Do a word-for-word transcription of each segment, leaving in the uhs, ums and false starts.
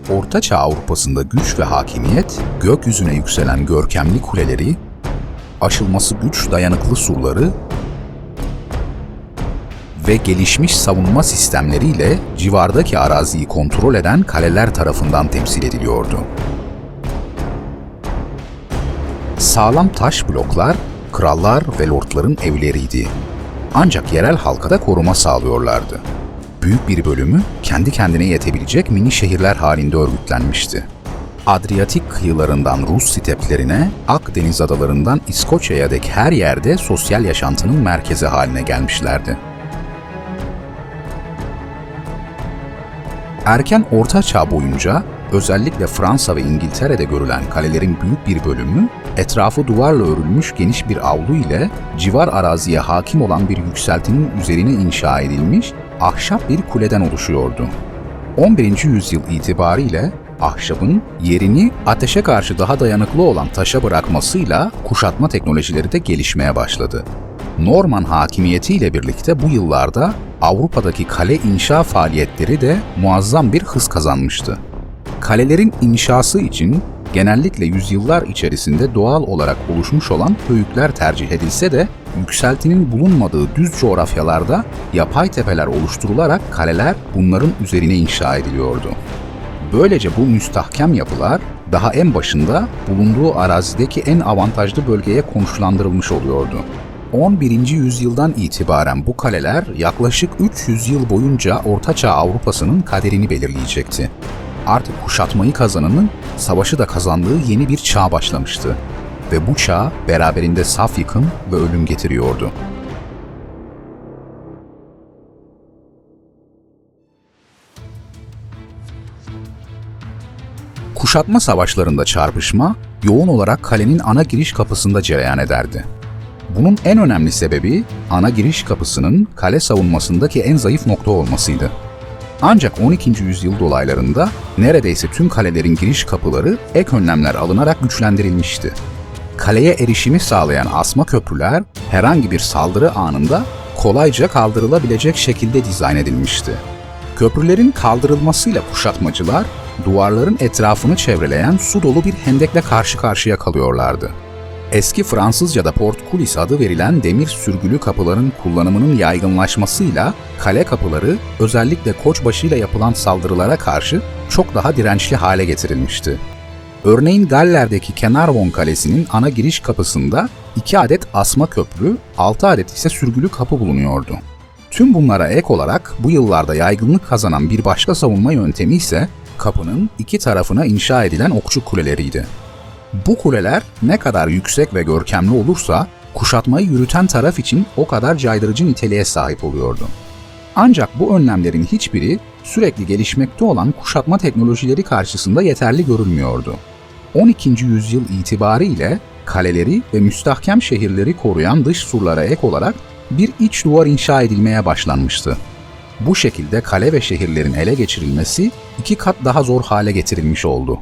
Orta Çağ Avrupa'sında güç ve hakimiyet, gökyüzüne yükselen görkemli kuleleri, aşılması güç dayanıklı surları ve gelişmiş savunma sistemleriyle civardaki araziyi kontrol eden kaleler tarafından temsil ediliyordu. Sağlam taş bloklar, krallar ve lordların evleriydi. Ancak yerel halka da koruma sağlıyorlardı. Büyük bir bölümü kendi kendine yetebilecek mini şehirler halinde örgütlenmişti. Adriyatik kıyılarından Rus steplerine, Akdeniz adalarından İskoçya'ya dek her yerde sosyal yaşantının merkezi haline gelmişlerdi. Erken Orta Çağ boyunca özellikle Fransa ve İngiltere'de görülen kalelerin büyük bir bölümü, etrafı duvarla örülmüş geniş bir avlu ile civar araziye hakim olan bir yükseltinin üzerine inşa edilmiş ahşap bir kuleden oluşuyordu. on birinci yüzyıl itibariyle ahşabın yerini ateşe karşı daha dayanıklı olan taşa bırakmasıyla kuşatma teknolojileri de gelişmeye başladı. Norman hakimiyetiyle birlikte bu yıllarda Avrupa'daki kale inşa faaliyetleri de muazzam bir hız kazanmıştı. Kalelerin inşası için genellikle yüzyıllar içerisinde doğal olarak oluşmuş olan höyükler tercih edilse de yükseltinin bulunmadığı düz coğrafyalarda yapay tepeler oluşturularak kaleler bunların üzerine inşa ediliyordu. Böylece bu müstahkem yapılar daha en başında bulunduğu arazideki en avantajlı bölgeye konuşlandırılmış oluyordu. on birinci yüzyıldan itibaren bu kaleler yaklaşık üç yüz yıl boyunca Ortaçağ Avrupa'sının kaderini belirleyecekti. Artık kuşatmayı kazananın savaşı da kazandığı yeni bir çağ başlamıştı ve bu çağ beraberinde saf yıkım ve ölüm getiriyordu. Kuşatma savaşlarında çarpışma yoğun olarak kalenin ana giriş kapısında cereyan ederdi. Bunun en önemli sebebi ana giriş kapısının kale savunmasındaki en zayıf nokta olmasıydı. Ancak on ikinci yüzyıl dolaylarında neredeyse tüm kalelerin giriş kapıları ek önlemler alınarak güçlendirilmişti. Kaleye erişimi sağlayan asma köprüler herhangi bir saldırı anında kolayca kaldırılabilecek şekilde dizayn edilmişti. Köprülerin kaldırılmasıyla kuşatmacılar duvarların etrafını çevreleyen su dolu bir hendekle karşı karşıya kalıyorlardı. Eski Fransızca'da portcullis adı verilen demir sürgülü kapıların kullanımının yaygınlaşmasıyla kale kapıları özellikle koçbaşıyla yapılan saldırılara karşı çok daha dirençli hale getirilmişti. Örneğin Galler'deki Caernarvon Kalesi'nin ana giriş kapısında iki adet asma köprü, altı adet ise sürgülü kapı bulunuyordu. Tüm bunlara ek olarak bu yıllarda yaygınlık kazanan bir başka savunma yöntemi ise kapının iki tarafına inşa edilen okçu kuleleriydi. Bu kuleler ne kadar yüksek ve görkemli olursa kuşatmayı yürüten taraf için o kadar caydırıcı niteliğe sahip oluyordu. Ancak bu önlemlerin hiçbiri sürekli gelişmekte olan kuşatma teknolojileri karşısında yeterli görülmüyordu. on ikinci yüzyıl itibariyle kaleleri ve müstahkem şehirleri koruyan dış surlara ek olarak bir iç duvar inşa edilmeye başlanmıştı. Bu şekilde kale ve şehirlerin ele geçirilmesi iki kat daha zor hale getirilmiş oldu.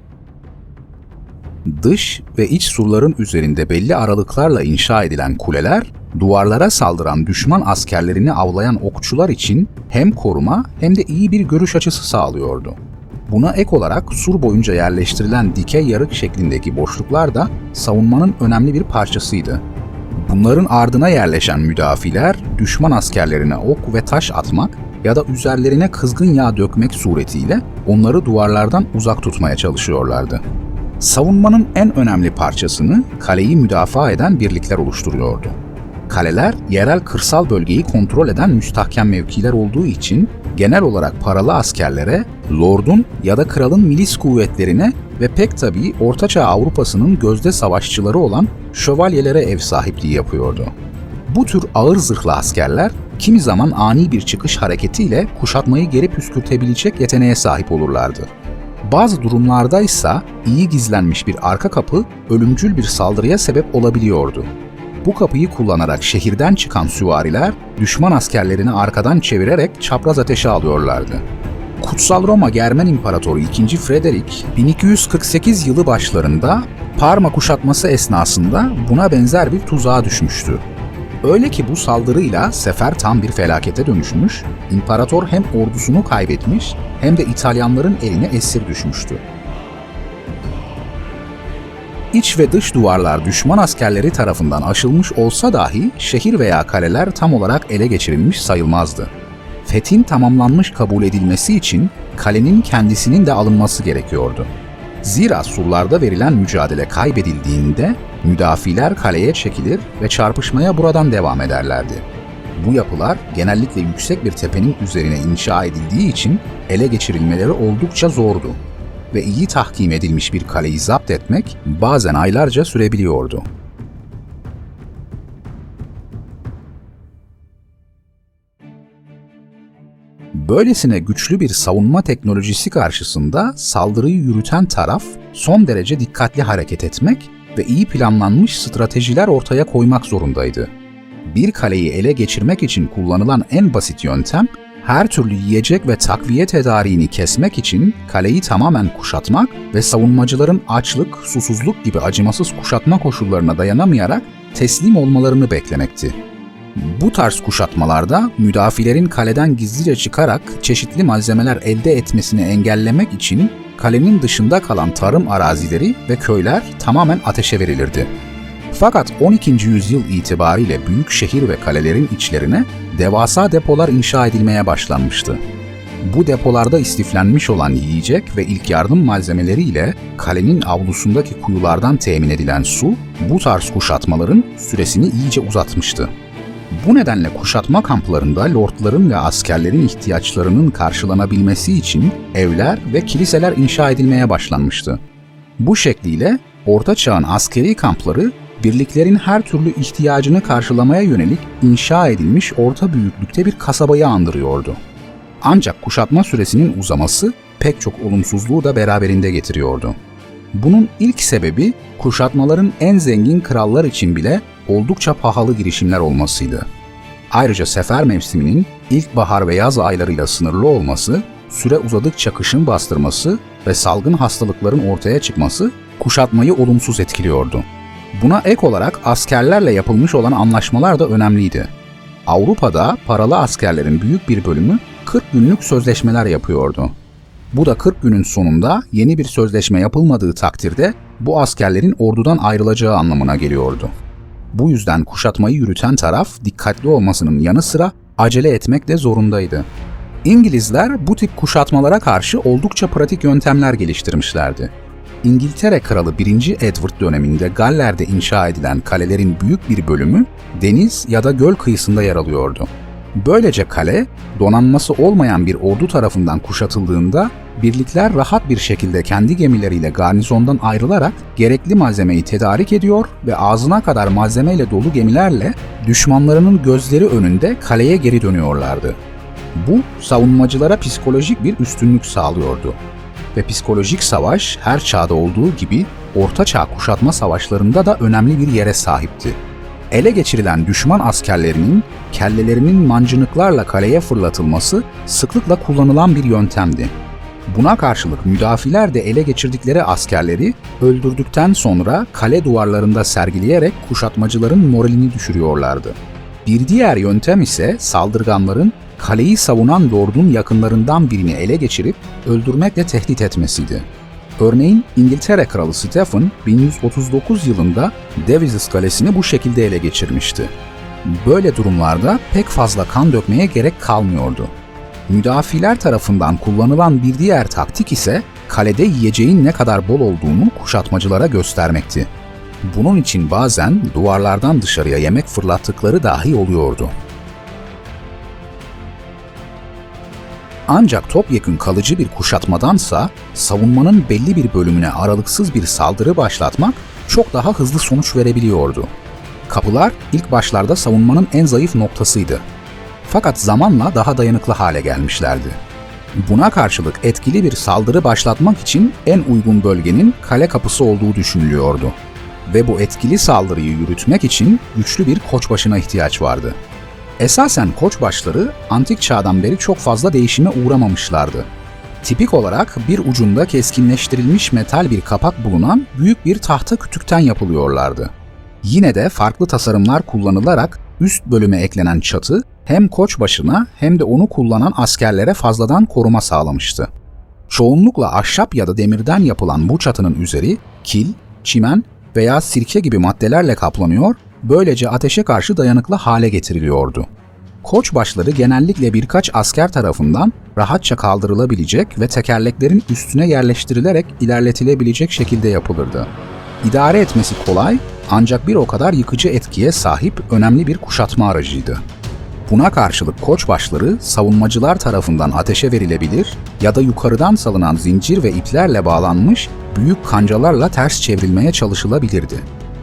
Dış ve iç surların üzerinde belli aralıklarla inşa edilen kuleler, duvarlara saldıran düşman askerlerini avlayan okçular için hem koruma hem de iyi bir görüş açısı sağlıyordu. Buna ek olarak sur boyunca yerleştirilen dikey yarık şeklindeki boşluklar da savunmanın önemli bir parçasıydı. Bunların ardına yerleşen müdafiler, düşman askerlerine ok ve taş atmak ya da üzerlerine kızgın yağ dökmek suretiyle onları duvarlardan uzak tutmaya çalışıyorlardı. Savunmanın en önemli parçasını kaleyi müdafaa eden birlikler oluşturuyordu. Kaleler, yerel kırsal bölgeyi kontrol eden müstahkem mevkiler olduğu için genel olarak paralı askerlere, lordun ya da kralın milis kuvvetlerine ve pek tabii Ortaçağ Avrupa'sının gözde savaşçıları olan şövalyelere ev sahipliği yapıyordu. Bu tür ağır zırhlı askerler, kimi zaman ani bir çıkış hareketiyle kuşatmayı geri püskürtebilecek yeteneğe sahip olurlardı. Bazı durumlarda ise iyi gizlenmiş bir arka kapı ölümcül bir saldırıya sebep olabiliyordu. Bu kapıyı kullanarak şehirden çıkan süvariler düşman askerlerini arkadan çevirerek çapraz ateşe alıyorlardı. Kutsal Roma Germen İmparatoru ikinci. Frederick bin iki yüz kırk sekiz yılı başlarında Parma kuşatması esnasında buna benzer bir tuzağa düşmüştü. Öyle ki bu saldırıyla sefer tam bir felakete dönüşmüş, imparator hem ordusunu kaybetmiş hem de İtalyanların eline esir düşmüştü. İç ve dış duvarlar düşman askerleri tarafından aşılmış olsa dahi şehir veya kaleler tam olarak ele geçirilmiş sayılmazdı. Fethin tamamlanmış kabul edilmesi için kalenin kendisinin de alınması gerekiyordu. Zira surlarda verilen mücadele kaybedildiğinde müdafiler kaleye çekilir ve çarpışmaya buradan devam ederlerdi. Bu yapılar genellikle yüksek bir tepenin üzerine inşa edildiği için ele geçirilmeleri oldukça zordu ve iyi tahkim edilmiş bir kaleyi zapt etmek bazen aylarca sürebiliyordu. Böylesine güçlü bir savunma teknolojisi karşısında saldırıyı yürüten taraf son derece dikkatli hareket etmek ve iyi planlanmış stratejiler ortaya koymak zorundaydı. Bir kaleyi ele geçirmek için kullanılan en basit yöntem, her türlü yiyecek ve takviye tedariğini kesmek için kaleyi tamamen kuşatmak ve savunmacıların açlık, susuzluk gibi acımasız kuşatma koşullarına dayanamayarak teslim olmalarını beklemekti. Bu tarz kuşatmalarda müdafilerin kaleden gizlice çıkarak çeşitli malzemeler elde etmesini engellemek için kalenin dışında kalan tarım arazileri ve köyler tamamen ateşe verilirdi. Fakat on ikinci yüzyıl itibariyle büyük şehir ve kalelerin içlerine devasa depolar inşa edilmeye başlanmıştı. Bu depolarda istiflenmiş olan yiyecek ve ilk yardım malzemeleriyle kalenin avlusundaki kuyulardan temin edilen su, bu tarz kuşatmaların süresini iyice uzatmıştı. Bu nedenle kuşatma kamplarında lordların ve askerlerin ihtiyaçlarının karşılanabilmesi için evler ve kiliseler inşa edilmeye başlanmıştı. Bu şekliyle Orta Çağ'ın askeri kampları, birliklerin her türlü ihtiyacını karşılamaya yönelik inşa edilmiş orta büyüklükte bir kasabayı andırıyordu. Ancak kuşatma süresinin uzaması pek çok olumsuzluğu da beraberinde getiriyordu. Bunun ilk sebebi kuşatmaların en zengin krallar için bile oldukça pahalı girişimler olmasıydı. Ayrıca sefer mevsiminin ilkbahar ve yaz aylarıyla sınırlı olması, süre uzadıkça kışın bastırması ve salgın hastalıkların ortaya çıkması kuşatmayı olumsuz etkiliyordu. Buna ek olarak askerlerle yapılmış olan anlaşmalar da önemliydi. Avrupa'da paralı askerlerin büyük bir bölümü kırk günlük sözleşmeler yapıyordu. Bu da kırk günün sonunda yeni bir sözleşme yapılmadığı takdirde bu askerlerin ordudan ayrılacağı anlamına geliyordu. Bu yüzden kuşatmayı yürüten taraf dikkatli olmasının yanı sıra acele etmek de zorundaydı. İngilizler bu tip kuşatmalara karşı oldukça pratik yöntemler geliştirmişlerdi. İngiltere Kralı birinci. Edward döneminde Galler'de inşa edilen kalelerin büyük bir bölümü deniz ya da göl kıyısında yer alıyordu. Böylece kale, donanması olmayan bir ordu tarafından kuşatıldığında birlikler rahat bir şekilde kendi gemileriyle garnizondan ayrılarak gerekli malzemeyi tedarik ediyor ve ağzına kadar malzemeyle dolu gemilerle düşmanlarının gözleri önünde kaleye geri dönüyorlardı. Bu, savunmacılara psikolojik bir üstünlük sağlıyordu. Ve psikolojik savaş her çağda olduğu gibi Orta Çağ kuşatma savaşlarında da önemli bir yere sahipti. Ele geçirilen düşman askerlerinin kellelerinin mancınıklarla kaleye fırlatılması sıklıkla kullanılan bir yöntemdi. Buna karşılık müdafiler de ele geçirdikleri askerleri öldürdükten sonra kale duvarlarında sergileyerek kuşatmacıların moralini düşürüyorlardı. Bir diğer yöntem ise saldırganların kaleyi savunan lordun yakınlarından birini ele geçirip öldürmekle tehdit etmesiydi. Örneğin İngiltere Kralı Stephen bin yüz otuz dokuz yılında Devizes Kalesi'ni bu şekilde ele geçirmişti. Böyle durumlarda pek fazla kan dökmeye gerek kalmıyordu. Müdafiler tarafından kullanılan bir diğer taktik ise kalede yiyeceğin ne kadar bol olduğunu kuşatmacılara göstermekti. Bunun için bazen duvarlardan dışarıya yemek fırlattıkları dahi oluyordu. Ancak topyekün kalıcı bir kuşatmadansa savunmanın belli bir bölümüne aralıksız bir saldırı başlatmak çok daha hızlı sonuç verebiliyordu. Kapılar ilk başlarda savunmanın en zayıf noktasıydı. Fakat zamanla daha dayanıklı hale gelmişlerdi. Buna karşılık etkili bir saldırı başlatmak için en uygun bölgenin kale kapısı olduğu düşünülüyordu. Ve bu etkili saldırıyı yürütmek için güçlü bir koçbaşına ihtiyaç vardı. Esasen koçbaşları antik çağdan beri çok fazla değişime uğramamışlardı. Tipik olarak bir ucunda keskinleştirilmiş metal bir kapak bulunan büyük bir tahta kütükten yapılıyorlardı. Yine de farklı tasarımlar kullanılarak üst bölüme eklenen çatı hem koçbaşına hem de onu kullanan askerlere fazladan koruma sağlamıştı. Çoğunlukla ahşap ya da demirden yapılan bu çatının üzeri kil, çimen veya sirke gibi maddelerle kaplanıyor, böylece ateşe karşı dayanıklı hale getiriliyordu. Koçbaşları genellikle birkaç asker tarafından rahatça kaldırılabilecek ve tekerleklerin üstüne yerleştirilerek ilerletilebilecek şekilde yapılırdı. İdare etmesi kolay ancak bir o kadar yıkıcı etkiye sahip önemli bir kuşatma aracıydı. Buna karşılık koçbaşları savunmacılar tarafından ateşe verilebilir ya da yukarıdan salınan zincir ve iplerle bağlanmış büyük kancalarla ters çevrilmeye çalışılabilirdi.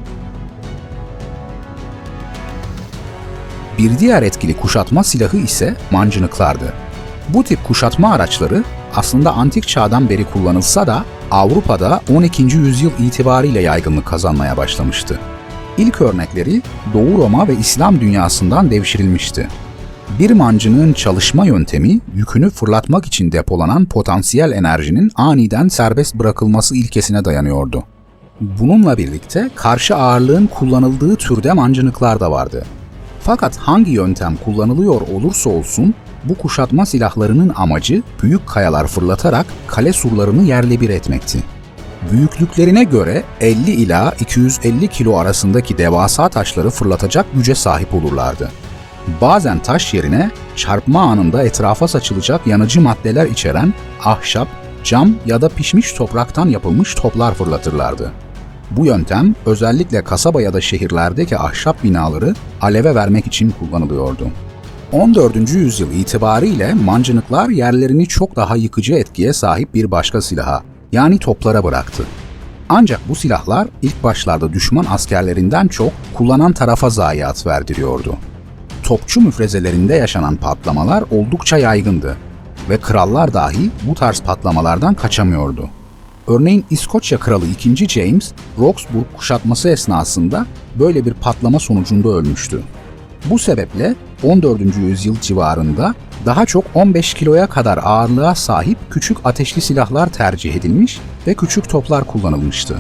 Bir diğer etkili kuşatma silahı ise mancınıklardı. Bu tip kuşatma araçları aslında antik çağdan beri kullanılsa da Avrupa'da on ikinci yüzyıl itibariyle yaygınlık kazanmaya başlamıştı. İlk örnekleri Doğu Roma ve İslam dünyasından devşirilmişti. Bir mancınığın çalışma yöntemi, yükünü fırlatmak için depolanan potansiyel enerjinin aniden serbest bırakılması ilkesine dayanıyordu. Bununla birlikte karşı ağırlığın kullanıldığı türde mancınıklar da vardı. Fakat hangi yöntem kullanılıyor olursa olsun, bu kuşatma silahlarının amacı büyük kayalar fırlatarak kale surlarını yerle bir etmekti. Büyüklüklerine göre elli ila iki yüz elli kilo arasındaki devasa taşları fırlatacak güce sahip olurlardı. Bazen taş yerine çarpma anında etrafa saçılacak yanıcı maddeler içeren ahşap, cam ya da pişmiş topraktan yapılmış toplar fırlatırlardı. Bu yöntem özellikle kasaba ya da şehirlerdeki ahşap binaları aleve vermek için kullanılıyordu. on dördüncü yüzyıl itibariyle mancınıklar yerlerini çok daha yıkıcı etkiye sahip bir başka silaha, yani toplara bıraktı. Ancak bu silahlar ilk başlarda düşman askerlerinden çok kullanan tarafa zayiat verdiriyordu. Topçu müfrezelerinde yaşanan patlamalar oldukça yaygındı ve krallar dahi bu tarz patlamalardan kaçamıyordu. Örneğin İskoçya Kralı ikinci. James, Roxburgh kuşatması esnasında böyle bir patlama sonucunda ölmüştü. Bu sebeple on dördüncü yüzyıl civarında daha çok on beş kiloya kadar ağırlığa sahip küçük ateşli silahlar tercih edilmiş ve küçük toplar kullanılmıştı.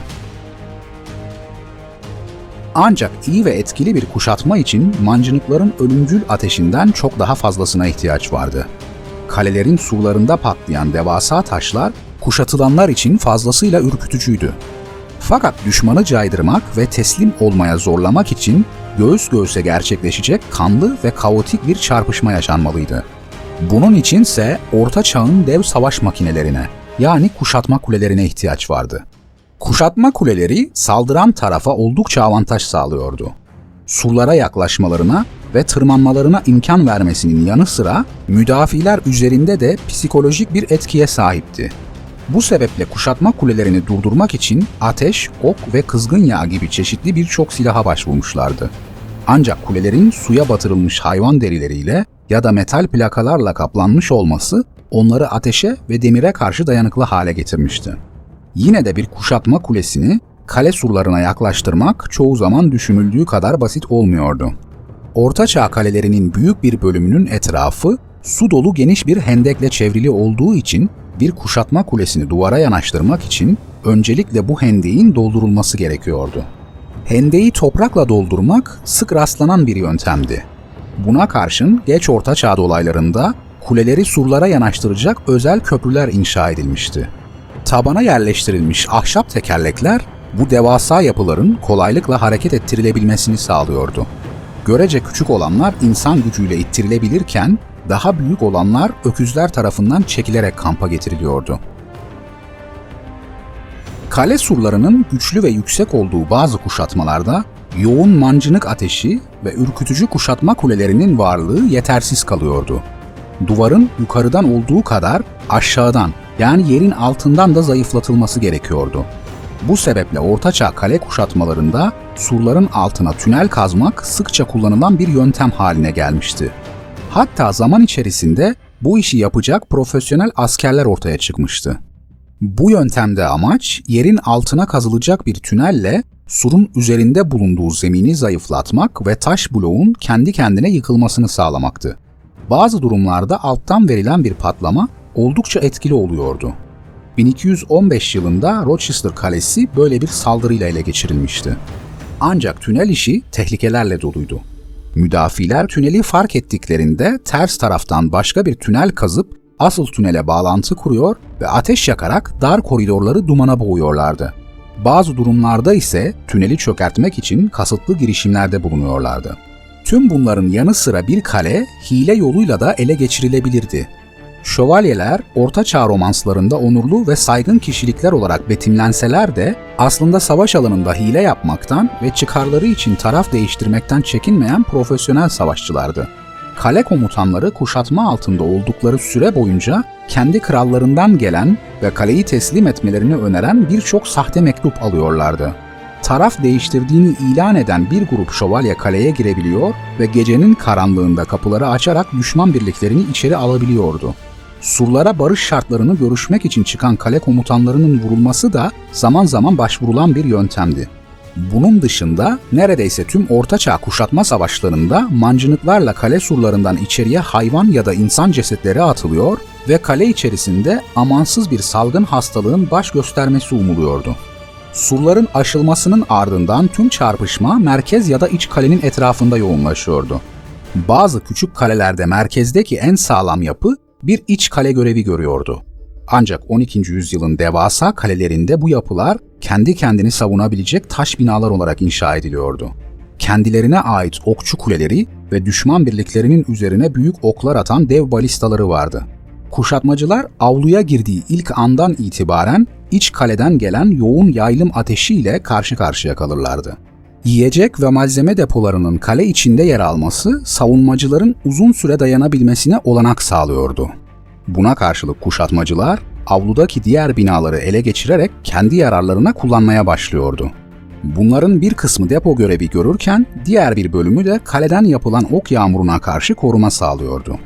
Ancak iyi ve etkili bir kuşatma için mancınıkların ölümcül ateşinden çok daha fazlasına ihtiyaç vardı. Kalelerin surlarında patlayan devasa taşlar kuşatılanlar için fazlasıyla ürkütücüydü. Fakat düşmanı caydırmak ve teslim olmaya zorlamak için göğüs göğüse gerçekleşecek kanlı ve kaotik bir çarpışma yaşanmalıydı. Bunun içinse Orta Çağ'ın dev savaş makinelerine, yani kuşatma kulelerine ihtiyaç vardı. Kuşatma kuleleri saldıran tarafa oldukça avantaj sağlıyordu. Surlara yaklaşmalarına ve tırmanmalarına imkan vermesinin yanı sıra müdafiler üzerinde de psikolojik bir etkiye sahipti. Bu sebeple kuşatma kulelerini durdurmak için ateş, ok ve kızgın yağ gibi çeşitli birçok silaha başvurmuşlardı. Ancak kulelerin suya batırılmış hayvan derileriyle ya da metal plakalarla kaplanmış olması onları ateşe ve demire karşı dayanıklı hale getirmişti. Yine de bir kuşatma kulesini kale surlarına yaklaştırmak çoğu zaman düşünüldüğü kadar basit olmuyordu. Ortaçağ kalelerinin büyük bir bölümünün etrafı su dolu geniş bir hendekle çevrili olduğu için bir kuşatma kulesini duvara yanaştırmak için öncelikle bu hendeğin doldurulması gerekiyordu. Hendeği toprakla doldurmak sık rastlanan bir yöntemdi. Buna karşın geç Ortaçağ dolaylarında kuleleri surlara yanaştıracak özel köprüler inşa edilmişti. Tabana yerleştirilmiş ahşap tekerlekler bu devasa yapıların kolaylıkla hareket ettirilebilmesini sağlıyordu. Görece küçük olanlar insan gücüyle ittirilebilirken daha büyük olanlar öküzler tarafından çekilerek kampa getiriliyordu. Kale surlarının güçlü ve yüksek olduğu bazı kuşatmalarda yoğun mancınık ateşi ve ürkütücü kuşatma kulelerinin varlığı yetersiz kalıyordu. Duvarın yukarıdan olduğu kadar aşağıdan, yani yerin altından da zayıflatılması gerekiyordu. Bu sebeple Ortaçağ kale kuşatmalarında surların altına tünel kazmak sıkça kullanılan bir yöntem haline gelmişti. Hatta zaman içerisinde bu işi yapacak profesyonel askerler ortaya çıkmıştı. Bu yöntemde amaç yerin altına kazılacak bir tünelle surun üzerinde bulunduğu zemini zayıflatmak ve taş bloğun kendi kendine yıkılmasını sağlamaktı. Bazı durumlarda alttan verilen bir patlama oldukça etkili oluyordu. bin iki yüz on beş yılında Rochester Kalesi böyle bir saldırıyla ele geçirilmişti. Ancak tünel işi tehlikelerle doluydu. Müdafiler tüneli fark ettiklerinde ters taraftan başka bir tünel kazıp asıl tünele bağlantı kuruyor ve ateş yakarak dar koridorları dumana boğuyorlardı. Bazı durumlarda ise tüneli çökertmek için kasıtlı girişimlerde bulunuyorlardı. Tüm bunların yanı sıra bir kale hile yoluyla da ele geçirilebilirdi. Şövalyeler Orta Çağ romanslarında onurlu ve saygın kişilikler olarak betimlenseler de aslında savaş alanında hile yapmaktan ve çıkarları için taraf değiştirmekten çekinmeyen profesyonel savaşçılardı. Kale komutanları kuşatma altında oldukları süre boyunca kendi krallarından gelen ve kaleyi teslim etmelerini öneren birçok sahte mektup alıyorlardı. Taraf değiştirdiğini ilan eden bir grup şövalye kaleye girebiliyor ve gecenin karanlığında kapıları açarak düşman birliklerini içeri alabiliyordu. Surlara barış şartlarını görüşmek için çıkan kale komutanlarının vurulması da zaman zaman başvurulan bir yöntemdi. Bunun dışında neredeyse tüm Ortaçağ kuşatma savaşlarında mancınıklarla kale surlarından içeriye hayvan ya da insan cesetleri atılıyor ve kale içerisinde amansız bir salgın hastalığın baş göstermesi umuluyordu. Surların aşılmasının ardından tüm çarpışma merkez ya da iç kalenin etrafında yoğunlaşıyordu. Bazı küçük kalelerde merkezdeki en sağlam yapı bir iç kale görevi görüyordu. Ancak on ikinci yüzyılın devasa kalelerinde bu yapılar kendi kendini savunabilecek taş binalar olarak inşa ediliyordu. Kendilerine ait okçu kuleleri ve düşman birliklerinin üzerine büyük oklar atan dev balistaları vardı. Kuşatmacılar avluya girdiği ilk andan itibaren iç kaleden gelen yoğun yaylım ateşiyle karşı karşıya kalırlardı. Yiyecek ve malzeme depolarının kale içinde yer alması savunmacıların uzun süre dayanabilmesine olanak sağlıyordu. Buna karşılık kuşatmacılar avludaki diğer binaları ele geçirerek kendi yararlarına kullanmaya başlıyordu. Bunların bir kısmı depo görevi görürken diğer bir bölümü de kaleden yapılan ok yağmuruna karşı koruma sağlıyordu.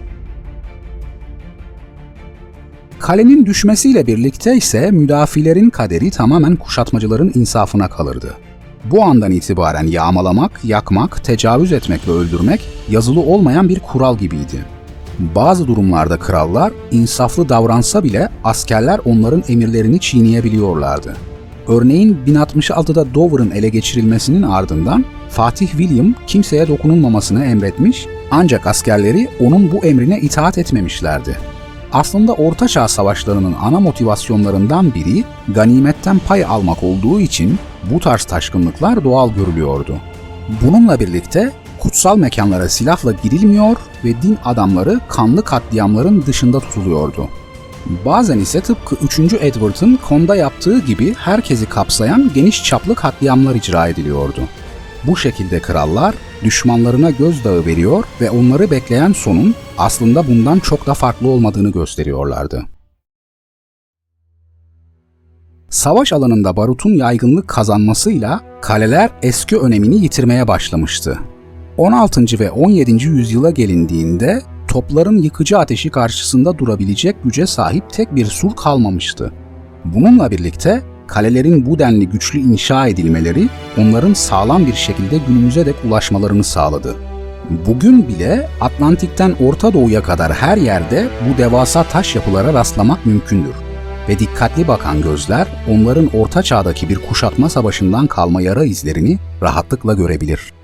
Kalenin düşmesiyle birlikte ise müdafilerin kaderi tamamen kuşatmacıların insafına kalırdı. Bu andan itibaren yağmalamak, yakmak, tecavüz etmek ve öldürmek yazılı olmayan bir kural gibiydi. Bazı durumlarda krallar insaflı davransa bile askerler onların emirlerini çiğneyebiliyorlardı. Örneğin bin altmış altıda Dover'ın ele geçirilmesinin ardından Fatih William kimseye dokunulmamasını emretmiş ancak askerleri onun bu emrine itaat etmemişlerdi. Aslında Orta Çağ savaşlarının ana motivasyonlarından biri ganimetten pay almak olduğu için bu tarz taşkınlıklar doğal görülüyordu. Bununla birlikte kutsal mekanlara silahla girilmiyor ve din adamları kanlı katliamların dışında tutuluyordu. Bazen ise tıpkı üçüncü Edward'ın Konda yaptığı gibi herkesi kapsayan geniş çaplı katliamlar icra ediliyordu. Bu şekilde krallar düşmanlarına gözdağı veriyor ve onları bekleyen sonun aslında bundan çok da farklı olmadığını gösteriyorlardı. Savaş alanında barutun yaygınlık kazanmasıyla kaleler eski önemini yitirmeye başlamıştı. on altıncı ve on yedinci yüzyıla gelindiğinde topların yıkıcı ateşi karşısında durabilecek güce sahip tek bir sur kalmamıştı. Bununla birlikte kalelerin bu denli güçlü inşa edilmeleri onların sağlam bir şekilde günümüze dek ulaşmalarını sağladı. Bugün bile Atlantik'ten Orta Doğu'ya kadar her yerde bu devasa taş yapılara rastlamak mümkündür. Ve dikkatli bakan gözler onların Orta Çağ'daki bir kuşatma savaşından kalma yara izlerini rahatlıkla görebilir.